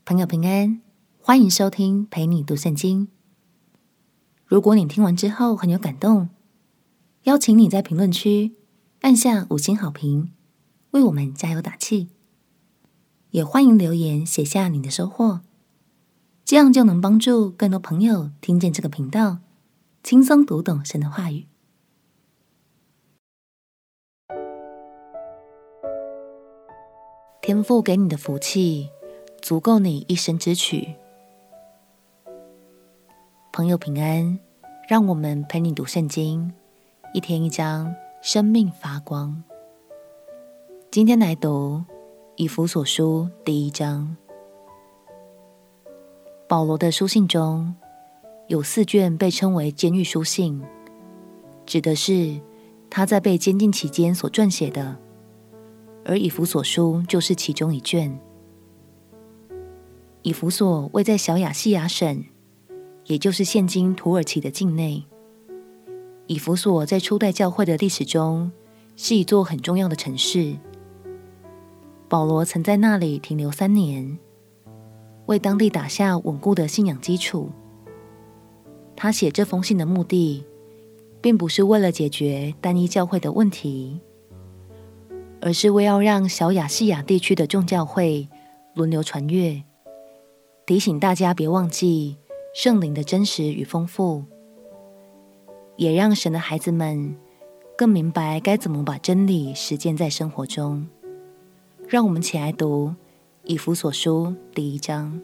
朋友平安，欢迎收听陪你读圣经。如果你听完之后很有感动，邀请你在评论区按下5星好评，为我们加油打气。也欢迎留言写下你的收获，这样就能帮助更多朋友听见这个频道，轻松读懂神的话语。天父给你的福气足够你一生之取。朋友平安，让我们陪你读圣经，一天一章，生命发光。今天来读以弗所书第1章。保罗的书信中有4卷被称为监狱书信，指的是他在被监禁期间所撰写的，而以弗所书就是其中1卷。以弗所位在小亚细亚省，也就是现今土耳其的境内。以弗所在初代教会的历史中是一座很重要的城市。保罗曾在那里停留3年，为当地打下稳固的信仰基础。他写这封信的目的，并不是为了解决单一教会的问题，而是为要让小亚细亚地区的众教会轮流传阅，提醒大家别忘记圣灵的真实与丰富，也让神的孩子们更明白该怎么把真理实践在生活中。让我们起来读以弗所书第1章。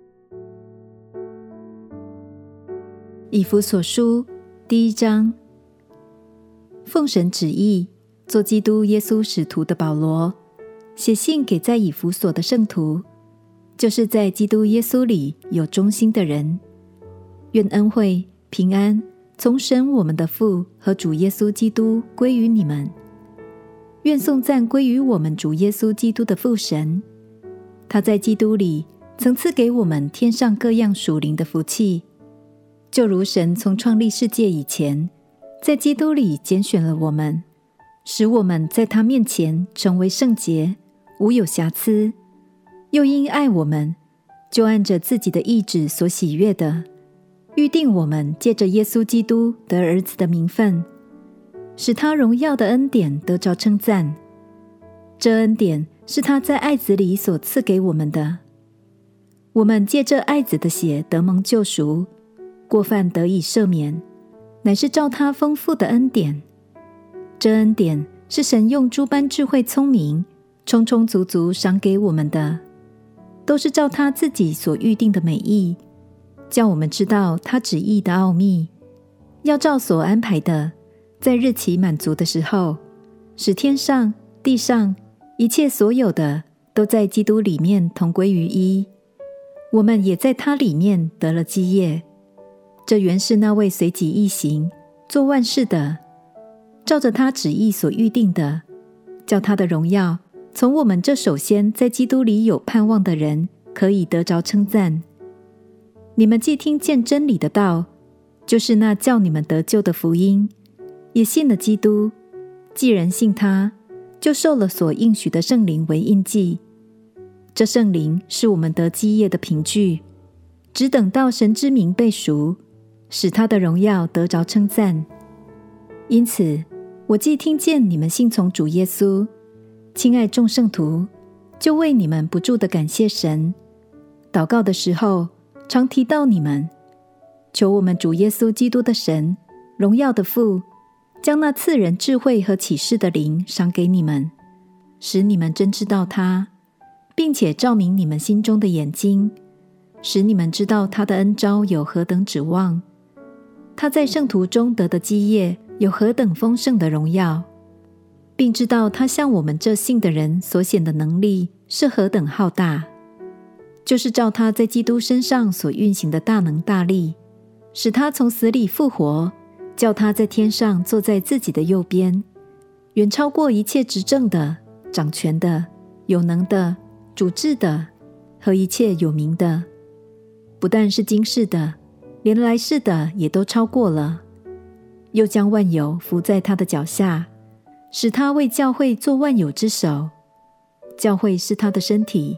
以弗所书第1章。奉神旨意，做基督耶稣使徒的保罗，写信给在以弗所的圣徒，就是在基督耶稣里有忠心的人。愿恩惠平安从神我们的父和主耶稣基督归于你们。愿颂赞归于我们主耶稣基督的父神，他在基督里曾赐给我们天上各样属灵的福气，就如神从创立世界以前，在基督里拣选了我们，使我们在他面前成为圣洁，无有瑕疵。又因爱我们，就按着自己的意志所喜悦的，预定我们借着耶稣基督得儿子的名分，使他荣耀的恩典得着称赞。这恩典是他在爱子里所赐给我们的。我们借着爱子的血得蒙救赎，过犯得以赦免，乃是照他丰富的恩典。这恩典是神用诸般智慧聪明，充充足足赏给我们的，都是照他自己所预定的美意，叫我们知道他旨意的奥秘，要照所安排的，在日期满足的时候，使天上地上一切所有的都在基督里面同归于一。我们也在他里面得了基业。这原是那位随己意行，做万事的，照着他旨意所预定的，叫他的荣耀从我们这首先在基督里有盼望的人可以得着称赞。你们既听见真理的道，就是那叫你们得救的福音，也信了基督，既然信他，就受了所应许的圣灵为印记。这圣灵是我们得基业的凭据，只等到神之名被赎，使他的荣耀得着称赞。因此，我既听见你们信从主耶稣，亲爱众圣徒，就为你们不住地感谢神。祷告的时候，常提到你们，求我们主耶稣基督的神，荣耀的父，将那赐人智慧和启示的灵赏给你们，使你们真知道他，并且照明你们心中的眼睛，使你们知道他的恩召有何等指望，他在圣徒中得的基业有何等丰盛的荣耀，并知道他向我们这信的人所显的能力是何等浩大，就是照他在基督身上所运行的大能大力，使他从死里复活，叫他在天上坐在自己的右边，远超过一切执政的、掌权的、有能的、主治的和一切有名的，不但是今世的，连来世的也都超过了。又将万有伏在他的脚下，使他为教会做万有之首。教会是他的身体，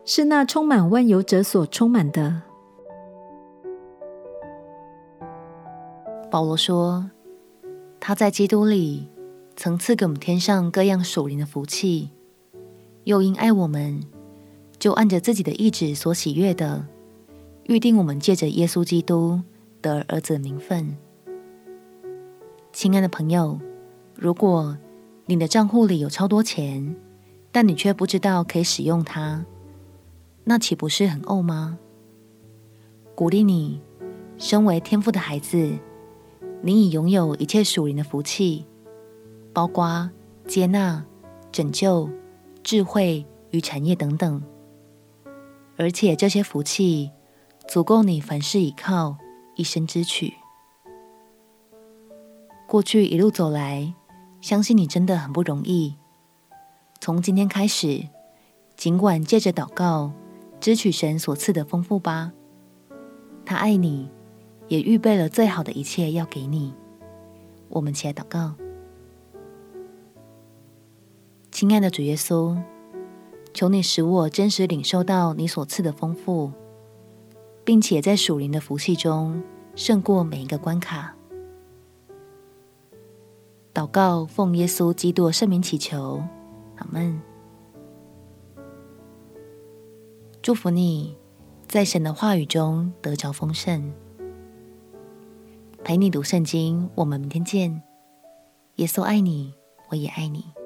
是那充满万有者所充满的。 保罗说，他在基督里曾赐给我们天上各样属灵的福气，又因爱我们，就按着自己的意志所喜悦的，预定我们借着耶稣基督得儿子的名分。亲爱的朋友，如果你的账户里有超多钱，但你却不知道可以使用它，那岂不是很怄吗？鼓励你，身为天父的孩子，你已拥有一切属灵的福气，包括接纳、拯救、智慧与产业等等。而且这些福气足够你凡事倚靠，一生支取。过去一路走来，相信你真的很不容易。从今天开始，尽管借着祷告支取神所赐的丰富吧。他爱你，也预备了最好的一切要给你。我们起来祷告。亲爱的主耶稣，求你使我真实领受到你所赐的丰富，并且在属灵的福气中胜过每一个关卡。祷告奉耶稣基督的圣名祈求，阿们。祝福你在神的话语中得着丰盛。陪你读圣经，我们明天见。耶稣爱你，我也爱你。